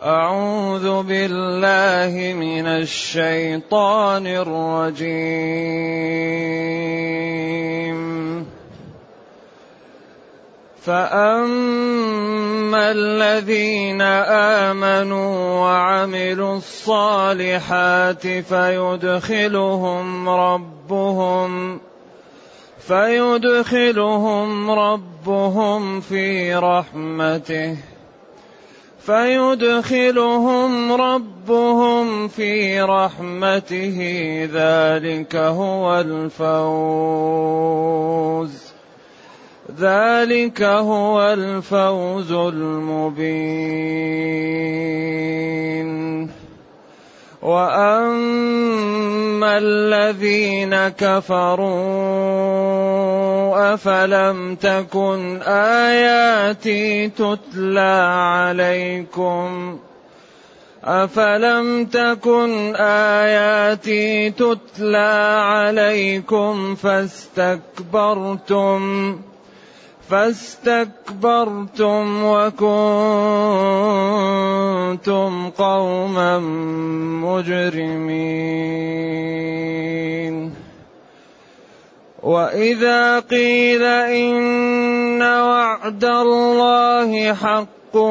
أعوذ بالله من الشيطان الرجيم. فأما الذين آمنوا وعملوا الصالحات فيدخلهم ربهم في رحمته ذلك هو الفوز المبين. وأما الذين كفروا أفلم تكن آياتي تتلى عليكم فاستكبرتم وكنتم قوما مجرمين. وإذا قيل إن وعد الله حق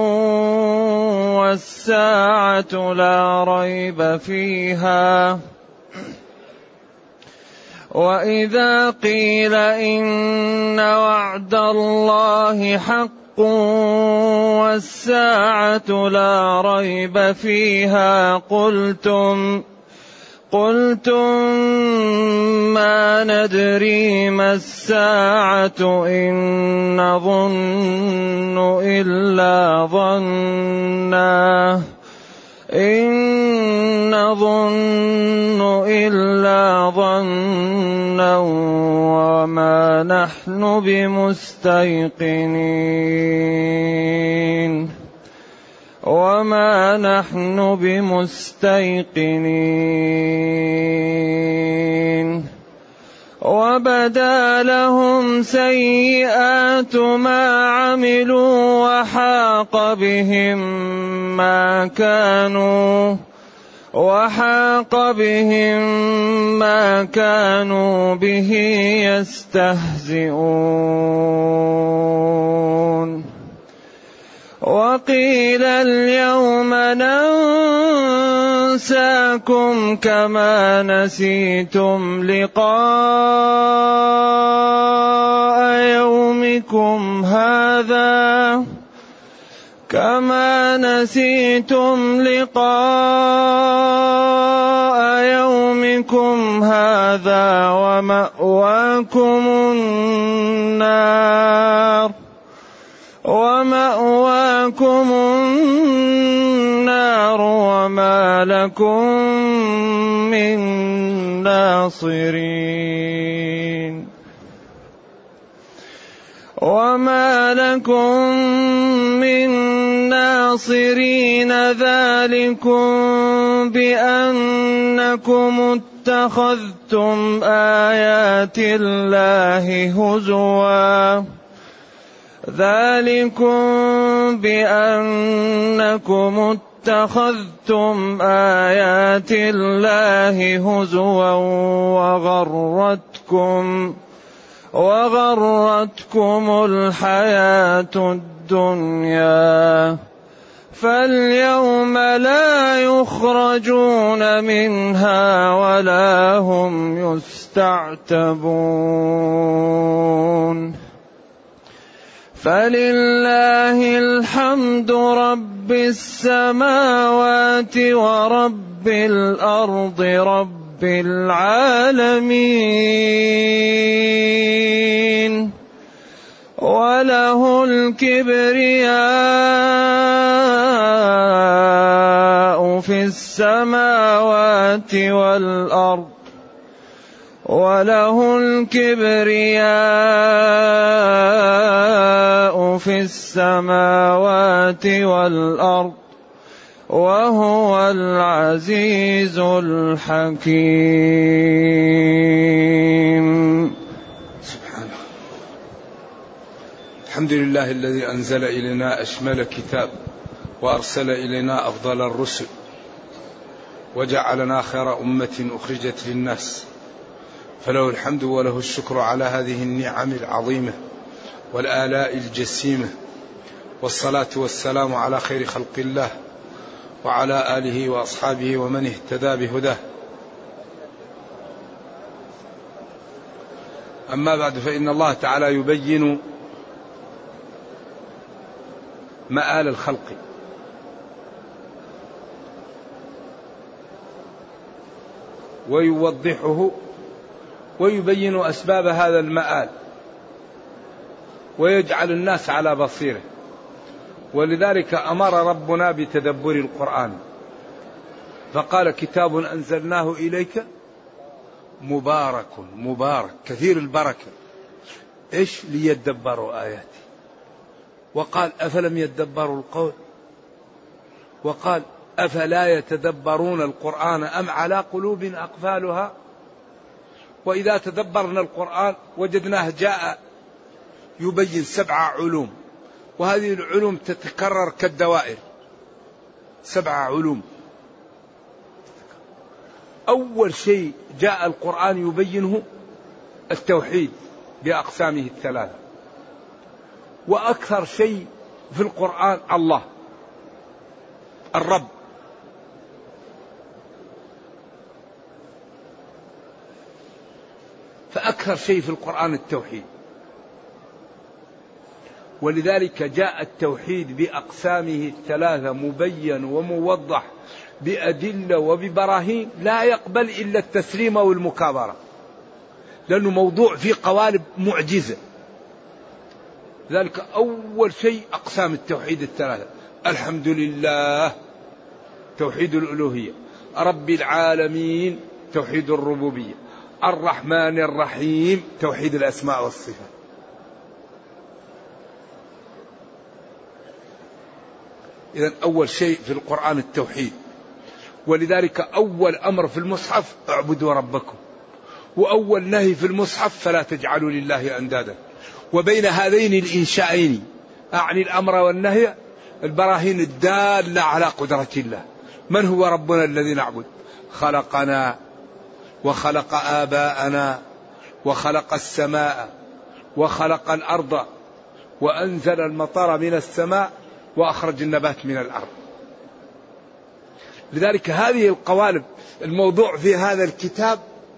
والساعة لا ريب فيها قلتم ما ندري ما الساعة إن نظن إلا ظنا وما نحن بمستيقنين. وبدا لهم سيئات ما عملوا وحاق بهم ما كانوا به يستهزئون. وقيل اليوم ننساكم كما نسيتم لقاء يومكم هذا ومأواكم النار وما لكم من ناصرين ذلكم بأنكم اتخذتم آيات الله هزوا وغرتكم الحياة الدنيا. فاليوم لا يخرجون منها ولا هم يستعتبون. فلله الحمد رب السماوات ورب الأرض رب العالمين. وله الكبرياء في السماوات والأرض وهو العزيز الحكيم. سبحانه. الحمد لله الذي أنزل إلينا أشمل كتاب وأرسل إلينا أفضل الرسل وجعلنا خير أمة أخرجت للناس، فله الحمد وله الشكر على هذه النعم العظيمة والآلاء الجسيمة، والصلاة والسلام على خير خلق الله وعلى آله وأصحابه ومن اهتدى بهداه. أما بعد، فإن الله تعالى يبين مآل الخلق ويوضحه ويبين أسباب هذا المآل ويجعل الناس على بصيره. ولذلك أمر ربنا بتدبر القرآن فقال: كتاب أنزلناه إليك مبارك كثير البركة، إيش؟ ليدبروا آياته. وقال: أفلم يدبروا القول؟ وقال: أفلا يتدبرون القرآن أم على قلوب أقفالها؟ وإذا تدبرنا القرآن وجدناه جاء يبين 7 علوم، وهذه العلوم تتكرر كالدوائر، 7 علوم. أول شيء جاء القرآن يبينه التوحيد بأقسامه 3، وأكثر شيء في القرآن الله الرب، فأكثر شيء في القرآن التوحيد. ولذلك جاء التوحيد بأقسامه 3 مبين وموضح بأدلة وببراهين لا يقبل إلا التسليم والمكابرة، لأنه موضوع فيه قوالب معجزة. ذلك أول شيء أقسام التوحيد 3: الحمد لله توحيد الألوهية، رب العالمين توحيد الربوبية، الرحمن الرحيم توحيد الأسماء والصفات. إذن أول شيء في القرآن التوحيد. ولذلك أول أمر في المصحف: اعبدوا ربكم، وأول نهي في المصحف: فلا تجعلوا لله أندادا. وبين هذين الإنشائين، أعني الأمر والنهي، البراهين الدالة على قدرة الله. من هو ربنا الذي نعبد؟ خلقنا وخلق آباءنا وخلق السماء وخلق الأرض وأنزل المطر من السماء وأخرج النبات من الأرض. لذلك هذه القوالب الموضوع في هذا الكتاب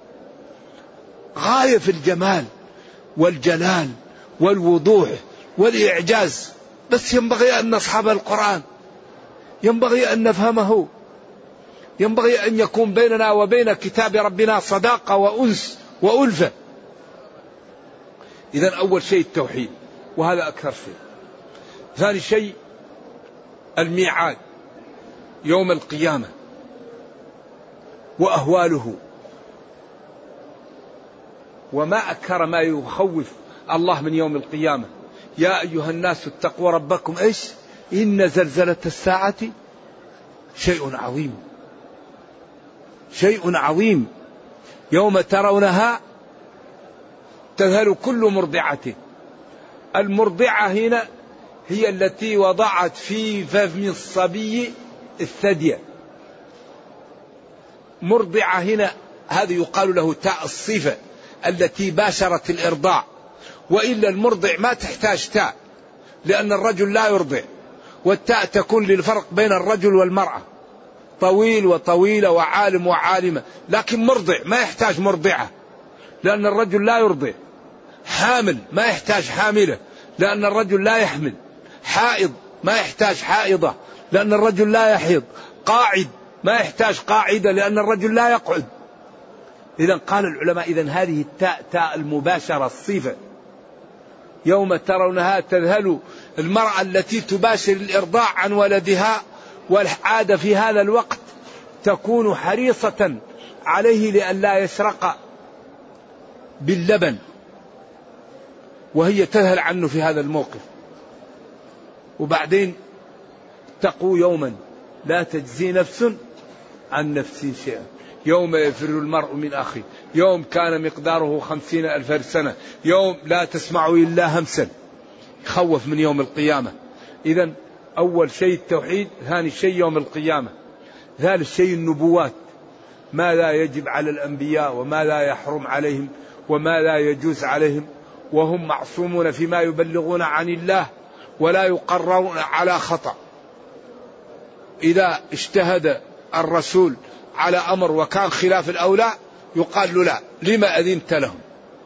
غاية في الجمال والجلال والوضوح والإعجاز، بس ينبغي أن نصحب القرآن، ينبغي أن نفهمه، ينبغي أن يكون بيننا وبين كتاب ربنا صداقة وأنس وألفة. إذن أول شيء التوحيد، وهذا أكثر شيء. ثاني شيء الميعاد، يوم القيامة وأهواله، وما أكثر ما يخوف الله من يوم القيامة. يا أيها الناس اتقوا ربكم، إيش؟ إن زلزلة الساعة شيء عظيم، شيء عظيم، يوم ترونها تذهل كل مرضعة. المرضعة هنا هي التي وضعت في فم الصبي الثدي. مرضعة هنا هذا يقال له تاء الصفة التي باشرت الإرضاع، وإلا المرضع ما تحتاج تاء، لأن الرجل لا يرضع، والتاء تكون للفرق بين الرجل والمرأة، طويل وطويلة وعالم وعالمة. لكن مرضع ما يحتاج مرضعة، لأن الرجل لا يرضع. حامل ما يحتاج حاملة، لأن الرجل لا يحمل. حائض ما يحتاج حائضة، لأن الرجل لا يحيض. قاعد ما يحتاج قاعدة، لأن الرجل لا يقعد. إذن قال العلماء: إذن هذه التاء تاء المباشرة الصفة. يوم ترونها تذهل المرأة التي تباشر الإرضاع عن ولدها، والعادة في هذا الوقت تكون حريصة عليه لئلا يشرق باللبن، وهي تذهل عنه في هذا الموقف. وبعدين اتقوا يوما لا تجزي نفس عن نفس شيئا، يوم يفر المرء من أخيه، يوم كان مقداره 50,000 سنة، يوم لا تسمع إلا همسا. يخوف من يوم القيامة. إذن أول شيء التوحيد، ثاني شيء يوم القيامة، ثالث شيء النبوات، ما لا يجب على الأنبياء وما لا يحرم عليهم وما لا يجوز عليهم، وهم معصومون فيما يبلغون عن الله ولا يقررون على خطأ. إذا اجتهد الرسول على أمر وكان خلاف الأولى يقال له لا، لما أذنت لهم؟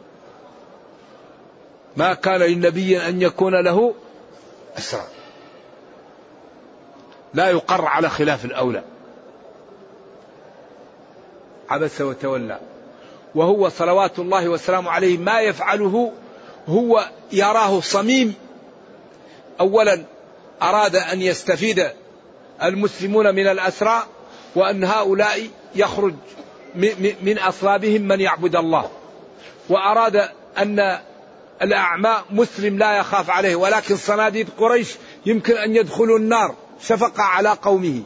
ما كان للنبي أن يكون له أسرى، لا يقر على خلاف الأولى. عبس وتولى. وهو صلوات الله وسلامه عليه ما يفعله هو يراه صميم. أولا أراد أن يستفيد المسلمون من الأسرى، وأن هؤلاء يخرج من أصلابهم من يعبد الله، وأراد أن الأعمى مسلم لا يخاف عليه، ولكن صناديد قريش يمكن أن يدخلوا النار شفقة على قومه.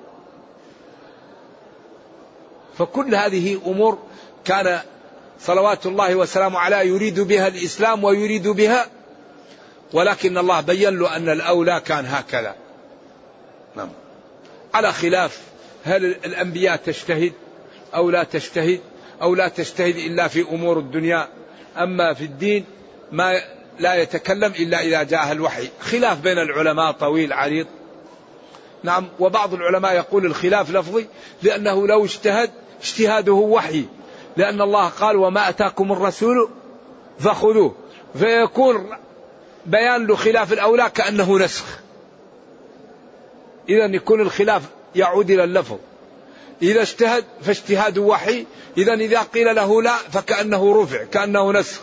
فكل هذه أمور كان صلوات الله وسلامه عليه يريد بها الإسلام ويريد بها، ولكن الله بين له أن الأولى كان هكذا. نعم. على خلاف هل الأنبياء تجتهد أو لا تجتهد، أو لا تجتهد إلا في أمور الدنيا، أما في الدين ما لا يتكلم إلا إذا جاء الوحي. خلاف بين العلماء طويل عريض. نعم. وبعض العلماء يقول الخلاف لفظي، لأنه لو اجتهد اجتهاده وحي، لأن الله قال وما أتاكم الرسول فخذوه، فيكون بيان له خلاف الأولى كأنه نسخ. إذا يكون الخلاف يعود إلى اللفظ. إذا اجتهد فاجتهاده وحي، إذا قيل له لا فكأنه رفع، كأنه نسخ.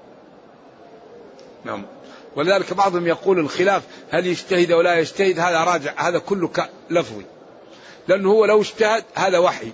نعم. ولذلك بعضهم يقول الخلاف هل يجتهد أو لا يجتهد، هذا راجع، هذا كله لفظي، لأنه هو لو اجتهد هذا وحي،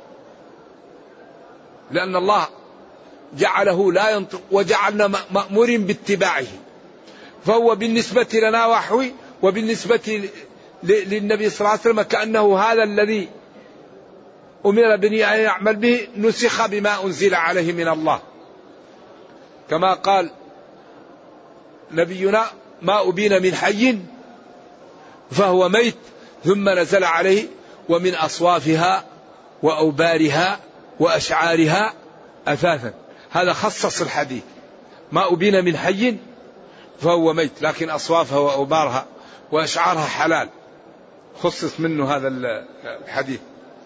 لأن الله جعله لا ينطق وجعلنا مأمور باتباعه، فهو بالنسبة لنا وحي، وبالنسبة للنبي صلى الله عليه وسلم كأنه هذا الذي أمر بني أن يعمل به نسخ بما أنزل عليه من الله. كما قال نبينا ما أبين من حي فهو ميت، ثم نزل عليه ومن أصوافها وأوبارها وأشعارها أثاثا. هذا خصص الحديث، ما أبين من حي فهو ميت، لكن أصوافها وأوبارها وأشعارها حلال، خصص منه هذا الحديث.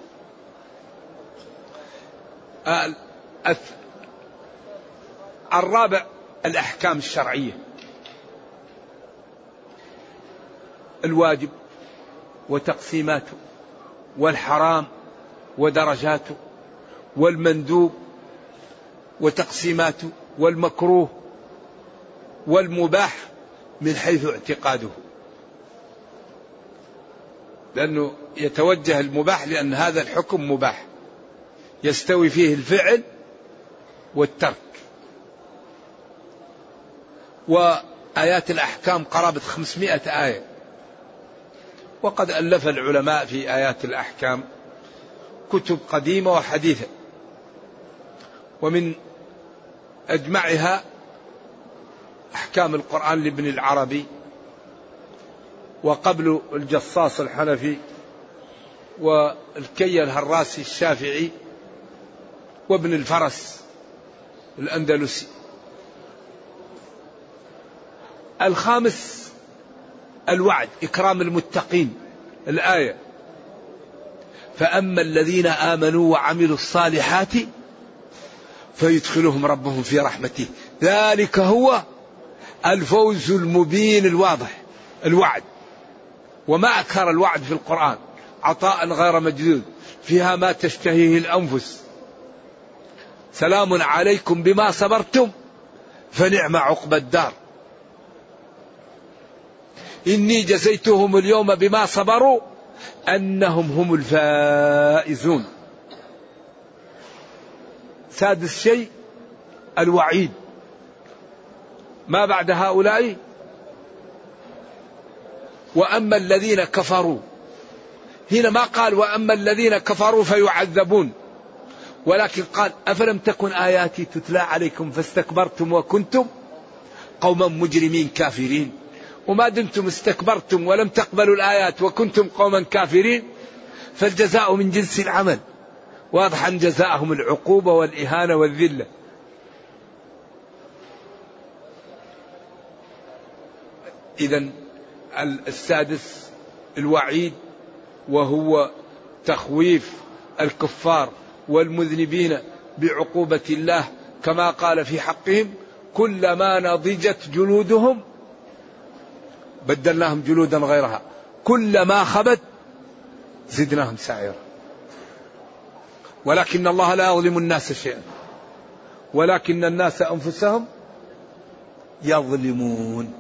الرابع الأحكام الشرعية، الواجب وتقسيماته، والحرام ودرجاته، والمندوب وتقسيماته، والمكروه والمباح من حيث اعتقاده، لأنه يتوجه المباح لأن هذا الحكم مباح يستوي فيه الفعل والترك. وآيات الأحكام قرابة 500 آية، وقد ألف العلماء في آيات الأحكام كتب قديمة وحديثة، ومن أجمعها أحكام القرآن لابن العربي، وقبل الجصاص الحنفي، والكي الهراسي الشافعي، وابن الفرس الأندلسي. الخامس الوعد، إكرام المتقين، الآية فأما الذين آمنوا وعملوا الصالحات فيدخلهم ربهم في رحمته ذلك هو الفوز المبين الواضح. الوعد، وما أكثر الوعد في القرآن، عطاء غير مجدود، فيها ما تشتهيه الأنفس، سلام عليكم بما صبرتم فنعم عقبى الدار، إني جزيتهم اليوم بما صبروا أنهم هم الفائزون. سادس شيء الوعيد، ما بعد هؤلاء وأما الذين كفروا، هنا ما قال وأما الذين كفروا فيعذبون، ولكن قال أفلم تكن آياتي تتلى عليكم فاستكبرتم وكنتم قوما مجرمين كافرين. وما دمتم استكبرتم ولم تقبلوا الآيات وكنتم قوما كافرين فالجزاء من جنس العمل. واضح أن جزاءهم العقوبة والإهانة والذلة. إذن السادس الوعيد، وهو تخويف الكفار والمذنبين بعقوبة الله كما قال في حقهم: كلما نضجت جلودهم بدلناهم جلودا غيرها، كلما خبت زدناهم سعيرا. ولكن الله لا يظلم الناس شيئا ولكن الناس أنفسهم يظلمون.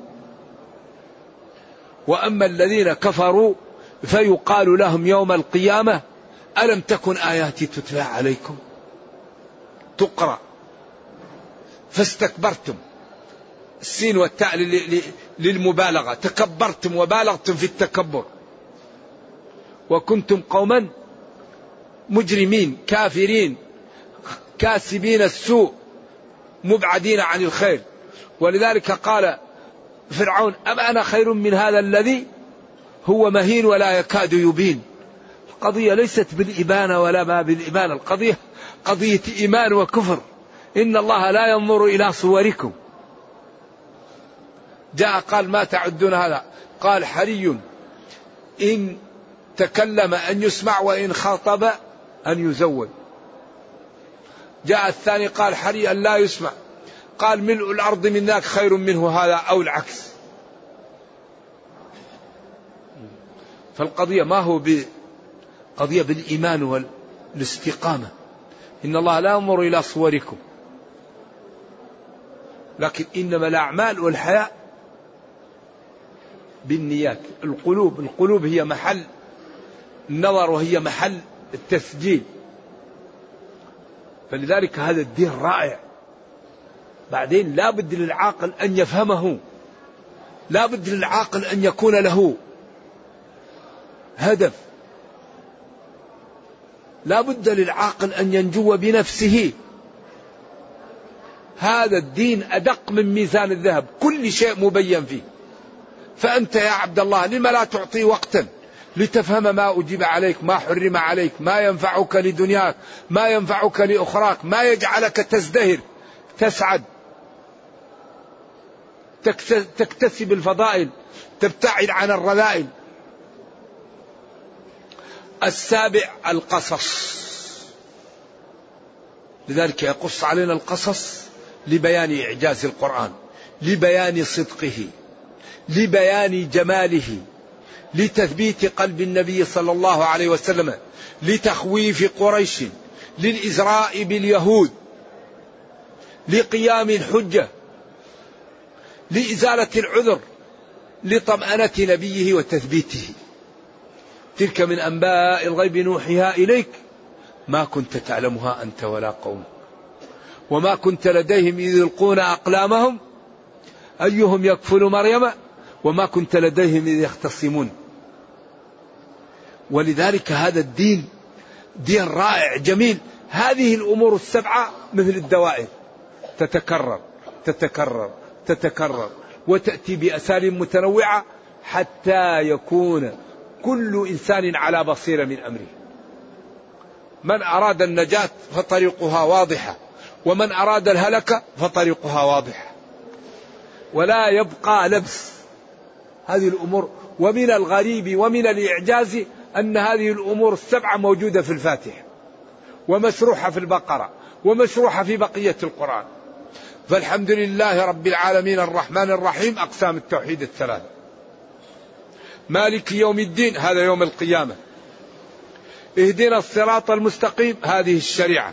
وأما الذين كفروا فيقال لهم يوم القيامة: ألم تكن آياتي تتلى عليكم تقرأ فاستكبرتم، السين والتاء للمبالغة، تكبرتم وبالغتم في التكبر، وكنتم قوما مجرمين كافرين كاسبين السوء مبعدين عن الخير. ولذلك قال فرعون: أم أنا خير من هذا الذي هو مهين ولا يكاد يبين. القضية ليست بالإبانة ولا ما بالإبانة، القضية قضية إيمان وكفر. إن الله لا ينظر إلى صوركم. جاء قال: ما تعدون هذا؟ قال: حري إن تكلم أن يسمع وإن خاطب أن يزود. جاء الثاني قال: حري أن لا يسمع. قال: ملء الأرض من ذاك خير منه هذا أو العكس. فالقضية ما هو قضية بالإيمان والاستقامة. إن الله لا ينظر إلى صوركم لكن إنما الأعمال والحياء بالنيات. القلوب هي محل النظر وهي محل التسجيل. فلذلك هذا الدين رائع. بعدين لا بد للعاقل أن يفهمه، لا بد للعاقل أن يكون له هدف، لا بد للعاقل أن ينجو بنفسه. هذا الدين أدق من ميزان الذهب، كل شيء مبين فيه. فأنت يا عبد الله لما لا تعطي وقتا لتفهم ما أجيب عليك، ما حرم عليك، ما ينفعك لدنياك، ما ينفعك لأخراك، ما يجعلك تزدهر تسعد تكتسب الفضائل تبتعد عن الرذائل. السابع القصص. لذلك يقص علينا القصص لبيان إعجاز القرآن، لبيان صدقه، لبيان جماله، لتثبيت قلب النبي صلى الله عليه وسلم، لتخويف قريش، للإزراء باليهود، لقيام الحجة، لإزالة العذر، لطمأنة نبيه وتثبيته. تلك من أنباء الغيب نوحيها إليك ما كنت تعلمها أنت ولا قوم وما كنت لديهم إذ يلقون أقلامهم أيهم يكفل مريم وما كنت لديهم إذ يختصمون. ولذلك هذا الدين دين رائع جميل. هذه الأمور السبعة مثل الدوائر تتكرر تتكرر تتكرر وتأتي بأساليب متنوعة حتى يكون كل إنسان على بصيرة من أمره. من أراد النجاة فطريقها واضحة ومن أراد الهلكة فطريقها واضحة ولا يبقى لبس هذه الأمور. ومن الغريب ومن الإعجاز أن هذه الأمور السبعة موجودة في الفاتحة ومشروحة في البقرة ومشروحة في بقية القرآن. فالحمد لله رب العالمين الرحمن الرحيم أقسام التوحيد الثلاثة. مالك يوم الدين هذا يوم القيامة. اهدنا الصراط المستقيم هذه الشريعة.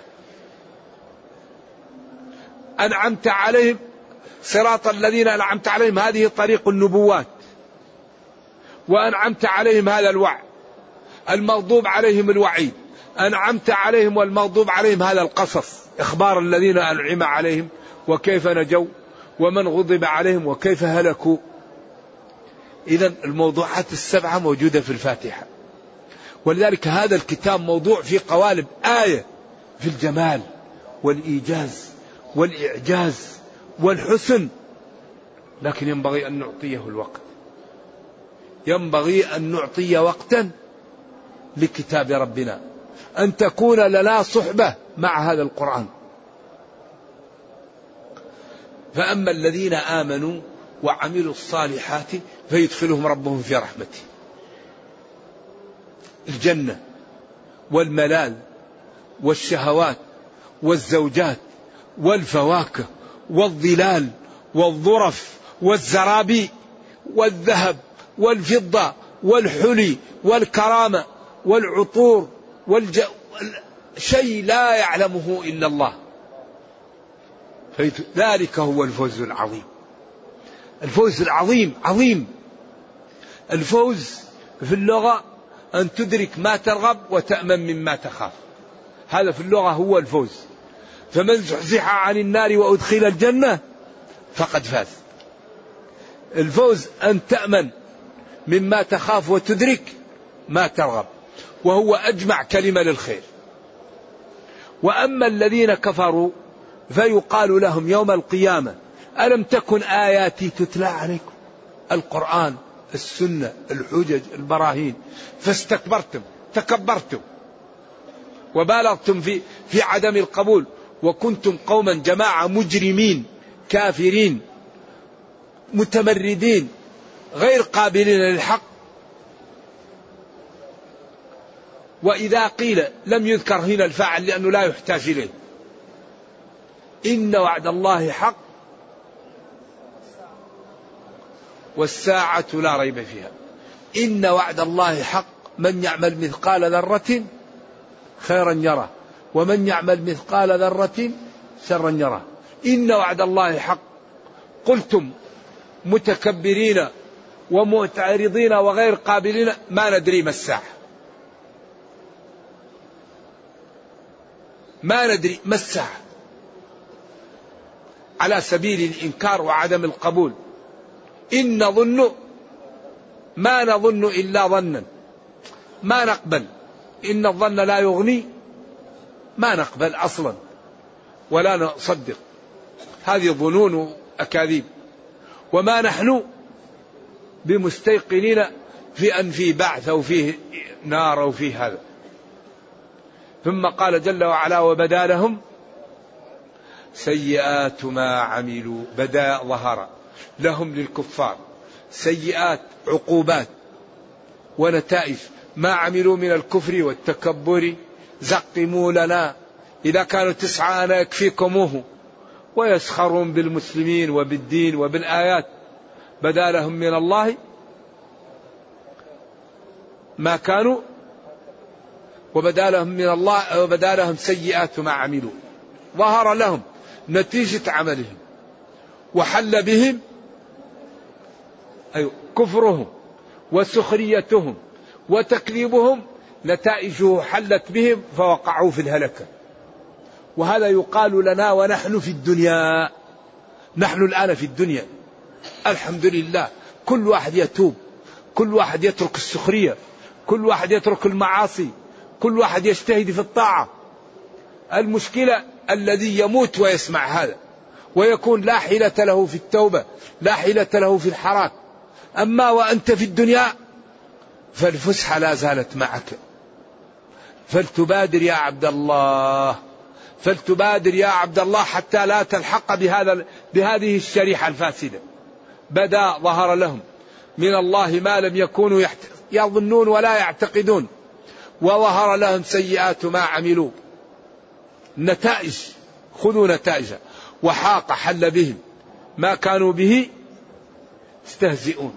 أنعمت عليهم صراط الذين أنعمت عليهم هذه طريق النبوات وأنعمت عليهم هذا الوعد. المغضوب عليهم الوعيد. أنعمت عليهم والمغضوب عليهم هذا القصص إخبار الذين أنعم عليهم وكيف نجوا ومن غضب عليهم وكيف هلكوا. إذن الموضوعات السبعة موجودة في الفاتحة. ولذلك هذا الكتاب موضوع في قوالب آية في الجمال والإيجاز والإعجاز والحسن، لكن ينبغي أن نعطيه الوقت. ينبغي أن نعطي وقتا لكتاب ربنا، أن تكون لنا صحبة مع هذا القرآن. فأما الذين آمنوا وعملوا الصالحات فيدخلهم ربهم في رحمته. الجنة والملال والشهوات والزوجات والفواكه والظلال والظرف والزرابي والذهب والفضة والحلي والكرامة والعطور شيء لا يعلمه إلا الله. ذلك هو الفوز العظيم. الفوز العظيم عظيم. الفوز في اللغة أن تدرك ما ترغب وتأمن مما تخاف، هذا في اللغة هو الفوز. فمن زحزح عن النار وأدخل الجنة فقد فاز. الفوز أن تأمن مما تخاف وتدرك ما ترغب، وهو أجمع كلمة للخير. وأما الذين كفروا فيقال لهم يوم القيامة ألم تكن آياتي تتلى عليكم؟ القرآن، السنة، الحجج، البراهين، فاستكبرتم، تكبرتم وبالغتم في عدم القبول، وكنتم قوما جماعة مجرمين كافرين متمردين غير قابلين للحق. وإذا قيل لم يذكر هنا الفاعل لأنه لا يحتاج إليه. إن وعد الله حق والساعة لا ريب فيها. إن وعد الله حق، من يعمل مثقال ذرة خيرا يره ومن يعمل مثقال ذرة شرا يره. إن وعد الله حق. قلتم متكبرين ومعترضين وغير قابلين ما ندري ما الساعة، ما ندري ما الساعة، على سبيل الإنكار وعدم القبول. إن نظن ما نظن إلا ظنا، ما نقبل. إن الظن لا يغني، ما نقبل أصلا ولا نصدق، هذه ظنون أكاذيب. وما نحن بمستيقنين في أن في بعث أو فيه نار أو فيه هذا. ثم قال جل وعلا وبدا لهم سيئات ما عملوا. بدا ظهر لهم للكفار سيئات عقوبات ونتائج ما عملوا من الكفر والتكبر. زقموا لنا إذا كانوا 9 أنا يكفيكموه. ويسخرون بالمسلمين وبالدين وبالآيات. بدا لهم من الله ما كانوا وبدا لهم من الله وبدا لهم سيئات ما عملوا. ظهر لهم نتيجة عملهم وحل بهم كفرهم وسخريتهم وتكذيبهم، نتائجه حلت بهم فوقعوا في الهلكة. وهذا يقال لنا ونحن في الدنيا. نحن الآن في الدنيا الحمد لله، كل واحد يتوب، كل واحد يترك السخرية، كل واحد يترك المعاصي، كل واحد يجتهد في الطاعة. المشكلة الذي يموت ويسمع هذا ويكون لا حيلة له في التوبة، لا حيلة له في الحراك. أما وأنت في الدنيا فالفسحة لا زالت معك. فلتبادر يا عبد الله، فلتبادر يا عبد الله حتى لا تلحق بهذه الشريحة الفاسدة. بدا ظهر لهم من الله ما لم يكونوا يظنون ولا يعتقدون. وظهر لهم سيئات ما عملوا. نتائج، خذوا نتائجها. وحاق حل بهم ما كانوا به يستهزئون.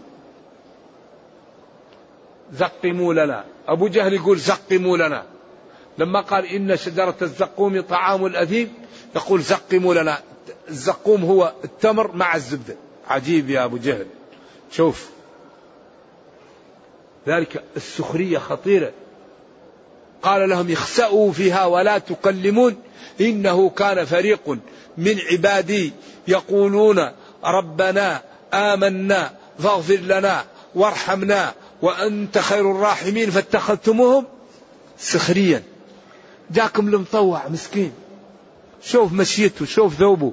زقموا لنا. أبو جهل يقول زقموا لنا. لما قال إن شجرة الزقوم طعام الأثيم يقول زقموا لنا. الزقوم هو التمر مع الزبدة. عجيب يا أبو جهل. شوف ذلك السخرية خطيرة. قال لهم اخسأوا فيها ولا تكلمون إنه كان فريق من عبادي يقولون ربنا آمنا فاغفر لنا وارحمنا وأنت خير الراحمين فاتخذتموهم سخريا. جاكم المطوع مسكين، شوف مشيته، شوف ثوبه،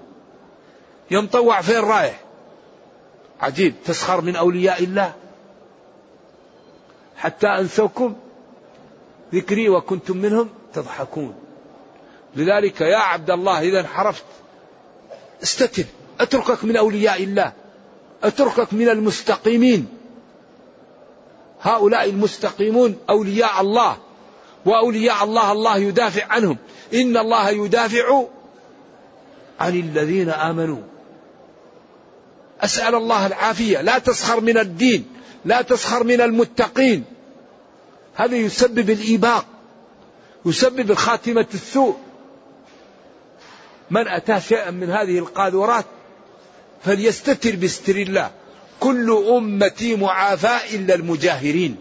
يمطوع فين رايح. عجيب، تسخر من أولياء الله. حتى أنسوكم ذكري وكنتم منهم تضحكون. لذلك يا عبد الله إذا انحرفت استتر، اتركك من أولياء الله، اتركك من المستقيمين. هؤلاء المستقيمون أولياء الله، وأولياء الله الله يدافع عنهم. إن الله يدافع عن الذين آمنوا. أسأل الله العافية. لا تسخر من الدين، لا تسخر من المتقين، هذا يسبب الإيباق، يسبب الخاتمة السوء. من أتى شيئا من هذه القاذورات فليستتر بستر الله. كل أمتي معافى إلا المجاهرين.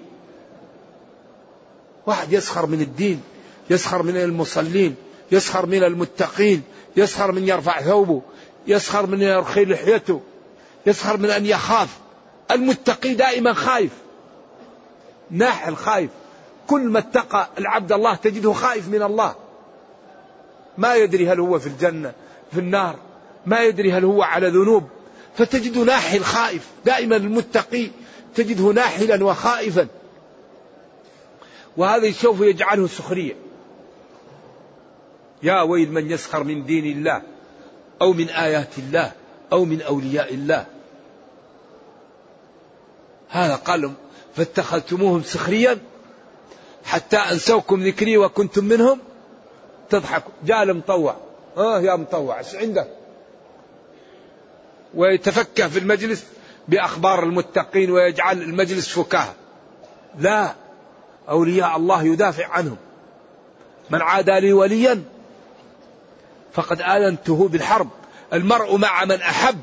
واحد يسخر من الدين، يسخر من المصلين، يسخر من المتقين، يسخر من يرفع ثوبه، يسخر من يرخي لحيته، يسخر من أن يخاف. المتقي دائما خايف، ناحل خايف. كل ما اتقى العبد الله تجده خائف من الله، ما يدري هل هو في الجنة في النار، ما يدري هل هو على ذنوب، فتجده ناحل خائف. دائما المتقي تجده ناحلا وخائفا، وهذا سوف يجعله سخرية. يا ويل من يسخر من دين الله أو من آيات الله أو من أولياء الله. هذا قال فاتخذتموهم سخريا حتى أنسوكم ذكري وكنتم منهم تضحكوا. جاء المطوع، يا مطوع ايش عندك؟ ويتفكه في المجلس بأخبار المتقين ويجعل المجلس فكاهة. لا، أولياء الله يدافع عنهم. من عادى لي وليا فقد آذنته بالحرب. المرء مع من أحب،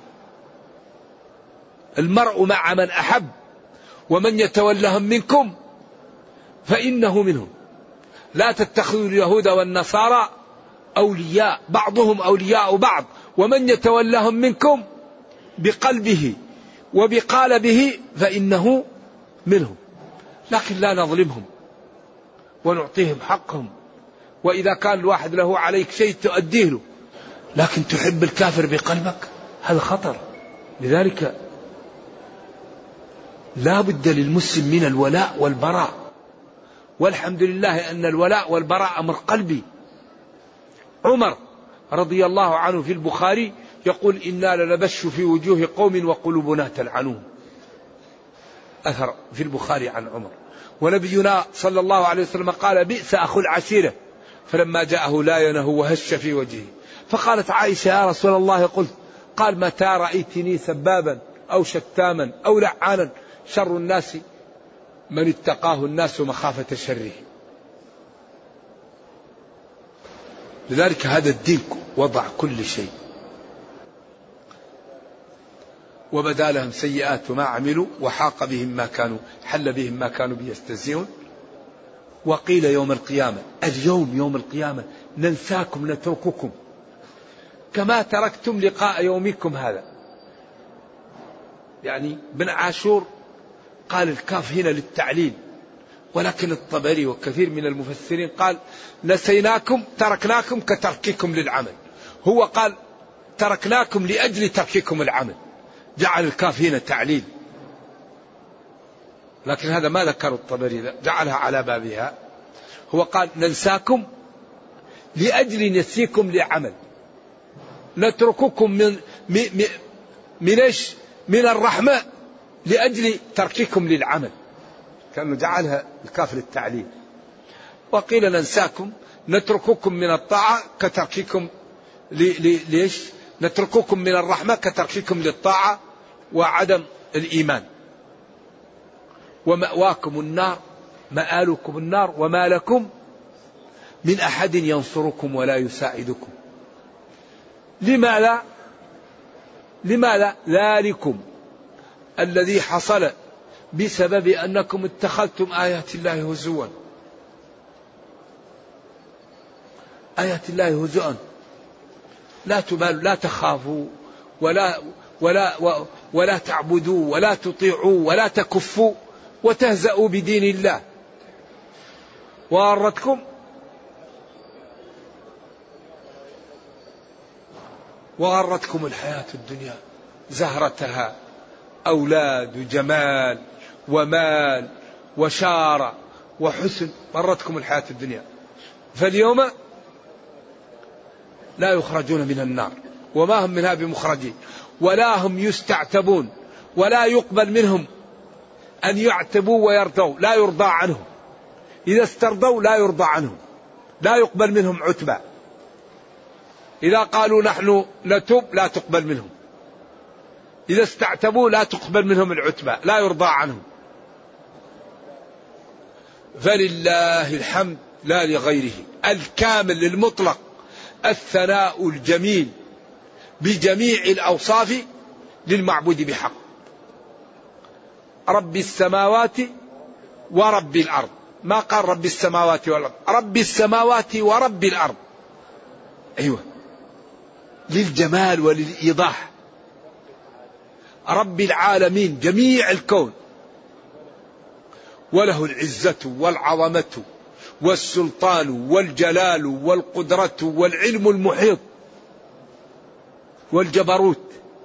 المرء مع من أحب، ومن يتولهم منكم فإنه منهم. لا تتخذوا اليهود والنصارى أولياء، بعضهم أولياء بعض، ومن يتولهم منكم بقلبه وبقالبه فإنه منهم. لكن لا نظلمهم ونعطيهم حقهم. وإذا كان الواحد له عليك شيء تؤديه له، لكن تحب الكافر بقلبك، هذا خطر. لذلك لا بد للمسلم من الولاء والبراء، والحمد لله أن الولاء والبراء أمر قلبي. عمر رضي الله عنه في البخاري يقول إنا لنبش في وجوه قوم وقلوبنا تلعنون. أثر في البخاري عن عمر. ونبينا صلى الله عليه وسلم قال بئس أخو العشيرة، فلما جاءه لاينه وهش في وجهه. فقالت عائشة يا رسول الله قلت، قال متى رأيتني سبابا أو شتاما أو لعانا، شر الناس من اتقاه الناس مخافة شره. لذلك هذا الدين وضع كل شيء. وبدا لهم سيئات ما عملوا وحاق بهم ما كانوا حل بهم ما كانوا بيستهزئون. وقيل يوم القيامة، اليوم يوم القيامة ننساكم نترككم كما تركتم لقاء يومكم هذا. يعني بن عاشور قال الكاف هنا للتعليل، ولكن الطبري وكثير من المفسرين قال نسيناكم تركناكم كترككم للعمل. هو قال تركناكم لأجل ترككم العمل، جعل الكاف هنا تعليل، لكن هذا ما ذكر الطبري، جعلها على بابها. هو قال ننساكم لأجل نسيكم لعمل، نترككم من إيش؟ من الرحمة لأجل ترككم للعمل، كأنه جعلها الكاف للتعليل. وقيل ننساكم نترككم من الطاعة كترككم ليش؟ نترككم من الرحمة كترككم للطاعة وعدم الإيمان. ومأواكم النار، مآلكم النار، وما لكم من أحد ينصركم ولا يساعدكم. لماذا؟ ذلكم الذي حصل بسبب أنكم اتخذتم آيات الله هزوا. آيات الله هزوا، لا تبالوا، لا تخافوا ولا تعبدوا ولا تطيعوا ولا تكفوا وتهزأوا بدين الله. وغرتكم الحياة الدنيا زهرتها، أولاد وجمال ومال وشارة وحسن، مرتكم الحياة الدنيا. فاليوم لا يخرجون من النار وما هم منها بمخرجين ولا هم يستعتبون، ولا يقبل منهم أن يعتبوا ويرضوا، لا يرضى عنهم. إذا استرضوا لا يرضى عنهم، لا يقبل منهم عتبى. إذا قالوا نحن نتوب لا تقبل منهم، إذا استعتبوا لا تقبل منهم العتبى، لا يرضى عنهم. فلله الحمد لا لغيره، الكامل المطلق، الثناء الجميل بجميع الأوصاف للمعبود بحق، رب السماوات ورب الأرض. ما قال رب السماوات والأرض، رب السماوات ورب الأرض. أيوة، للجمال وللإيضاح. رب العالمين، جميع الكون، وله العزة والعظمة والسلطان والجلال والقدرة والعلم المحيط والجبروت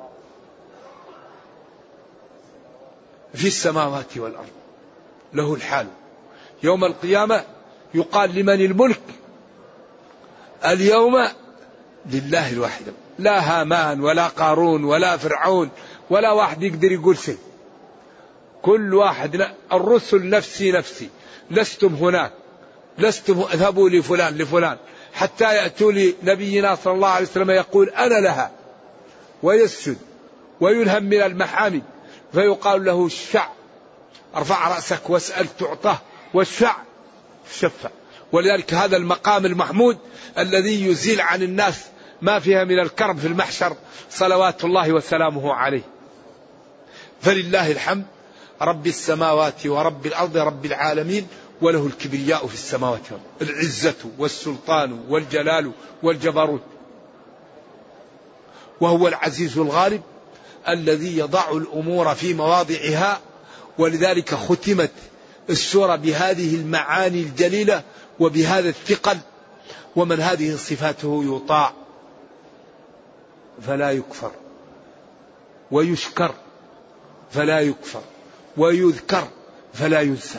في السماوات والأرض، له الحال. يوم القيامة يقال لمن الملك؟ اليوم لله الواحد، لا هامان ولا قارون ولا فرعون ولا واحد يقدر يقول شيء. كل واحد، الرسل نفسي نفسي، لستم هناك، لستم اذهبوا لفلان لفلان، حتى يأتوا لنبينا صلى الله عليه وسلم يقول أنا لها، ويسجد ويلهم من المحامد، فيقال له الشع، ارفع رأسك واسأل تعطه، والشع شفع. ولذلك هذا المقام المحمود الذي يزيل عن الناس ما فيها من الكرب في المحشر، صلوات الله وسلامه عليه. فلله الحمد، رب السماوات ورب الأرض، رب العالمين، وله الكبرياء في السماوات والأرض، العزة والسلطان والجلال والجبروت. وهو العزيز الغالب الذي يضع الأمور في مواضعها. ولذلك ختمت السورة بهذه المعاني الجليلة وبهذا الثقل. ومن هذه صفاته يطاع فلا يكفر، ويشكر فلا يكفر، ويذكر فلا ينسى.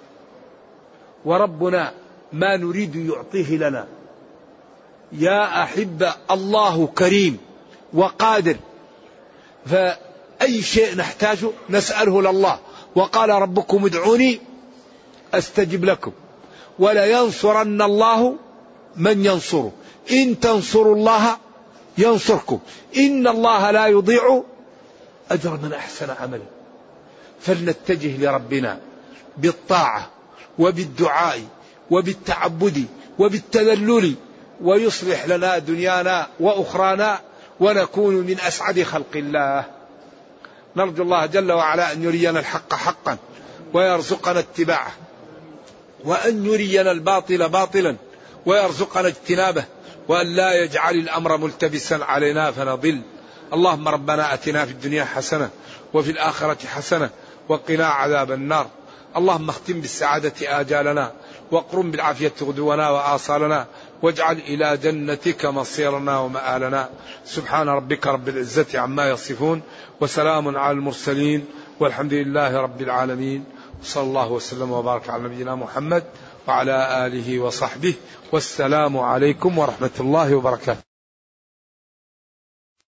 وربنا ما نريد يعطيه لنا. يا أحبة، الله كريم وقادر، فأي شيء نحتاجه نسأله لله. وقال ربكم ادعوني أستجب لكم ولا ينصرن الله من ينصره، إن تنصروا الله ينصركم، إن الله لا يضيع أجر من أحسن عملا. فلنتجه لربنا بالطاعة وبالدعاء وبالتعبد وبالتذلل، ويصلح لنا دنيانا وأخرانا، ونكون من أسعد خلق الله. نرجو الله جل وعلا أن يرينا الحق حقا ويرزقنا اتباعه، وأن يرينا الباطل باطلا ويرزقنا اجتنابه، وأن لا يجعل الأمر ملتبسا علينا فنضل. اللهم ربنا أتنا في الدنيا حسنة وفي الآخرة حسنة وقنا عذاب النار. اللهم اختم بالسعادة آجالنا، واقرم بالعافية غدونا وآصالنا، واجعل إلى جنتك مصيرنا ومآلنا. سبحان ربك رب العزة عما يصفون، وسلام على المرسلين، والحمد لله رب العالمين. صلى الله وسلم وبارك على نبينا محمد وعلى آله وصحبه، والسلام عليكم ورحمة الله وبركاته.